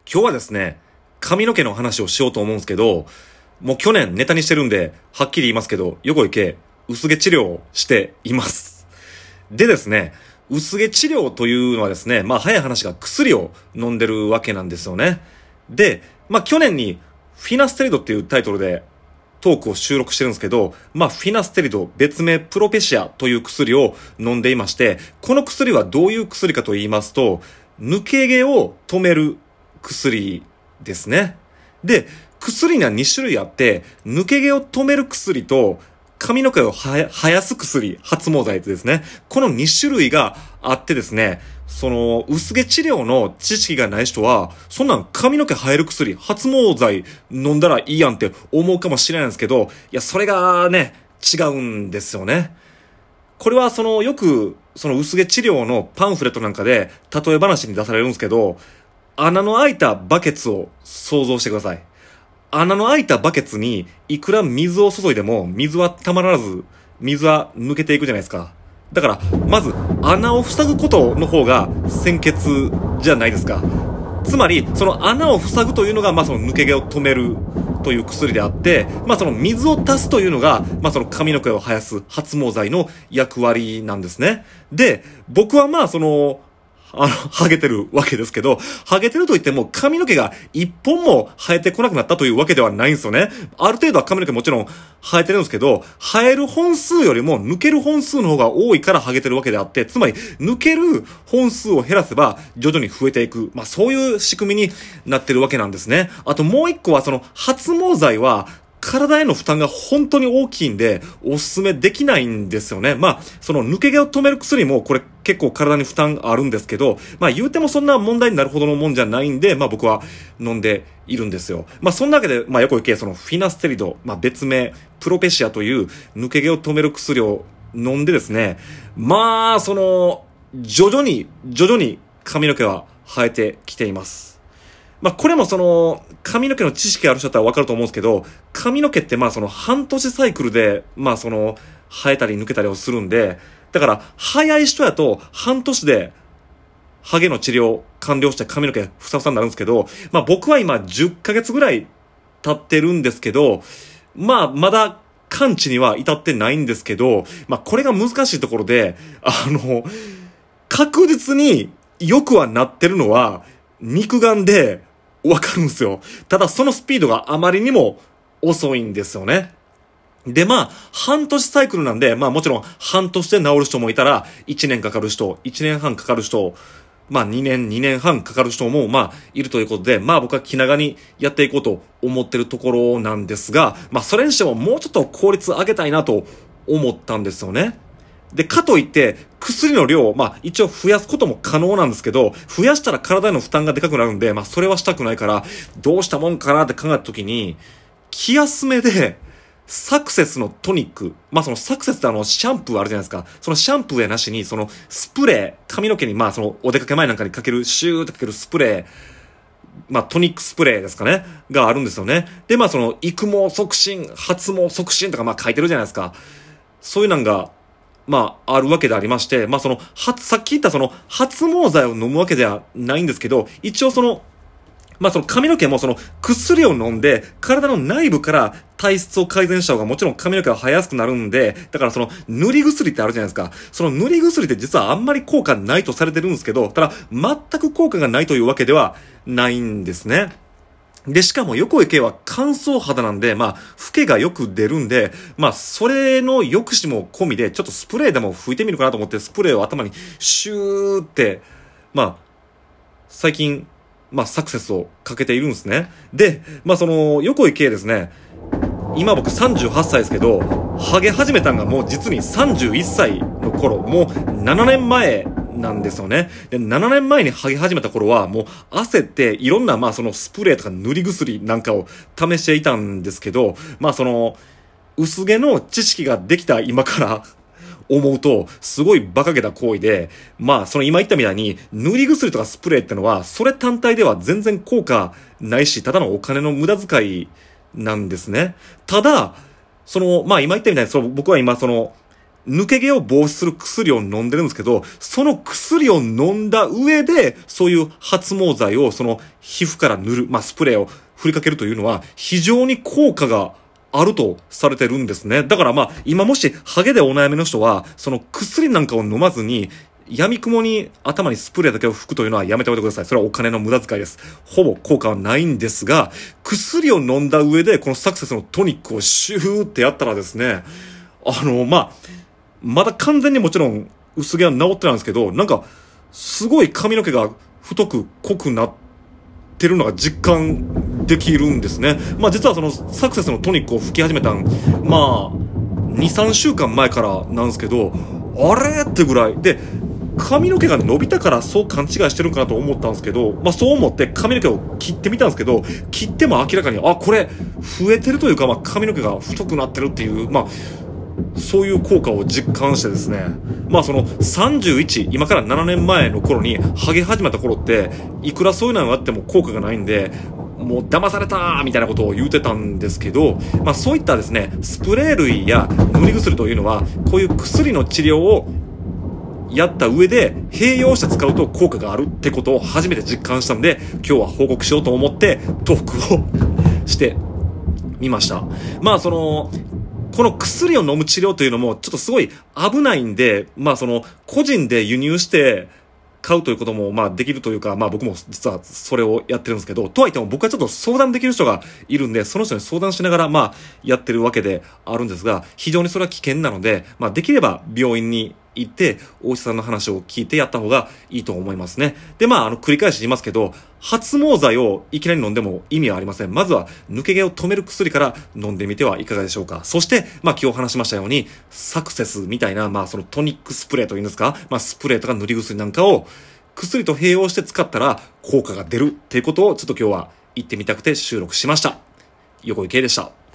今日はですね、髪の毛の話をしようと思うんですけど、もう去年ネタにしてるんで、はっきり言いますけど、横井圭、薄毛治療をしています。でですね、薄毛治療というのはですね、早い話が薬を飲んでるわけなんですよね。で、去年にフィナステリドっていうタイトルでトークを収録してるんですけど、フィナステリド別名プロペシアという薬を飲んでいまして、この薬はどういう薬かと言いますと、抜け毛を止める薬ですね。で、薬には2種類あって、抜け毛を止める薬と髪の毛を生やす薬、発毛剤ですね。この2種類があってですね、薄毛治療の知識がない人は、そんなん髪の毛生える薬、発毛剤飲んだらいいやんって思うかもしれないんですけど、いや、それがね、違うんですよね。これはよく、薄毛治療のパンフレットなんかで、例え話に出されるんですけど、穴の開いたバケツを想像してください。穴の開いたバケツにいくら水を注いでも水はたまらず、水は抜けていくじゃないですか。だから、まず穴を塞ぐことの方が先決じゃないですか。つまり、その穴を塞ぐというのが、抜け毛を止めるという薬であって、水を足すというのが、髪の毛を生やす発毛剤の役割なんですね。で、僕はハゲてるわけですけど、ハゲてるといっても髪の毛が一本も生えてこなくなったというわけではないんですよね。ある程度は髪の毛もちろん生えてるんですけど、生える本数よりも抜ける本数の方が多いからハゲてるわけであって、つまり抜ける本数を減らせば徐々に増えていく。そういう仕組みになってるわけなんですね。あともう一個は発毛剤は体への負担が本当に大きいんで、おすすめできないんですよね。抜け毛を止める薬も、これ結構体に負担あるんですけど、言うてもそんな問題になるほどのもんじゃないんで、僕は飲んでいるんですよ。そんなわけで、よくフィナステリド、別名、プロペシアという抜け毛を止める薬を飲んでですね、徐々に髪の毛は生えてきています。これも髪の毛の知識ある人だったらわかると思うんですけど、髪の毛って半年サイクルで、生えたり抜けたりをするんで、だから、早い人やと半年で、ハゲの治療完了して髪の毛ふさふさになるんですけど、僕は今10ヶ月ぐらい経ってるんですけど、まだ完治には至ってないんですけど、これが難しいところで、確実に良くはなってるのは、肉眼でわかるんですよ。ただそのスピードがあまりにも遅いんですよね。で半年サイクルなんで、もちろん半年で治る人もいたら、1年かかる人、1年半かかる人、2年半かかる人も、いるということで、僕は気長にやっていこうと思ってるところなんですが、それにしてももうちょっと効率上げたいなと思ったんですよね。で、かといって、薬の量を、一応増やすことも可能なんですけど、増やしたら体への負担がでかくなるんで、それはしたくないから、どうしたもんかなって考えたときに、気休めで、サクセスのトニック。サクセスってシャンプーあるじゃないですか。そのシャンプーやなしに、スプレー、髪の毛にお出かけ前なんかにかける、シューってかけるスプレー、トニックスプレーですかね。があるんですよね。で、育毛促進、発毛促進とか書いてるじゃないですか。そういうのが、あるわけでありまして、さっき言った発毛剤を飲むわけではないんですけど、一応髪の毛も薬を飲んで、体の内部から体質を改善した方がもちろん髪の毛は生えやすくなるんで、だから塗り薬ってあるじゃないですか。その塗り薬って実はあんまり効果ないとされてるんですけど、ただ全く効果がないというわけではないんですね。で、しかも横井圭は乾燥肌なんで、老けがよく出るんで、それの抑止も込みで、ちょっとスプレーでも吹いてみるかなと思って、スプレーを頭にシューって、最近、サクセスをかけているんですね。で、横井圭ですね、今僕38歳ですけど、ハゲ始めたんがもう実に31歳の頃、もう7年前なんですよね。で、7年前にハゲ始めた頃は、もう焦って、いろんなスプレーとか塗り薬なんかを試していたんですけど、薄毛の知識ができた今から思うと、すごい馬鹿げた行為で、今言ったみたいに、塗り薬とかスプレーってのは、それ単体では全然効果ないし、ただのお金の無駄遣いなんですね。ただ、今言ったみたいに、僕は今抜け毛を防止する薬を飲んでるんですけど、その薬を飲んだ上で、そういう発毛剤をその皮膚から塗る、スプレーを振りかけるというのは、非常に効果があるとされてるんですね。だから今もしハゲでお悩みの人は、その薬なんかを飲まずに、闇雲に頭にスプレーだけを吹くというのはやめておいてください。それはお金の無駄遣いです。ほぼ効果はないんですが、薬を飲んだ上でこのサクセスのトニックをシューってやったらですね、まだ完全にもちろん薄毛は治ってないんですけど、なんかすごい髪の毛が太く濃くなってるのが実感できるんですね。実はそのサクセスのトニックを吹き始めた2、3週間前からなんですけど、あれってぐらいで、髪の毛が伸びたからそう勘違いしてるんかなと思ったんですけど、そう思って髪の毛を切ってみたんですけど、切っても明らかに、これ増えてるというか、髪の毛が太くなってるっていう、そういう効果を実感してですね、その31、今から7年前の頃にハゲ始めた頃って、いくらそういうのがあっても効果がないんで、もう騙されたーみたいなことを言うてたんですけど、そういったですね、スプレー類や塗り薬というのは、こういう薬の治療をやった上で併用して使うと効果があるってことを初めて実感したんで、今日は報告しようと思ってトークをしてみました。この薬を飲む治療というのもちょっとすごい危ないんで、個人で輸入して買うということもできるというか、僕も実はそれをやってるんですけど、とはいっても僕はちょっと相談できる人がいるんで、その人に相談しながらやってるわけであるんですが、非常にそれは危険なので、できれば病院に行ってお医者さんの話を聞いてやった方がいいと思いますね。で繰り返し言いますけど、発毛剤をいきなり飲んでも意味はありません。まずは抜け毛を止める薬から飲んでみてはいかがでしょうか。そして今日話しましたようにサクセスみたいなそのトニックスプレーというんですか、スプレーとか塗り薬なんかを薬と併用して使ったら効果が出るっていうことをちょっと今日は言ってみたくて収録しました。横井圭でした。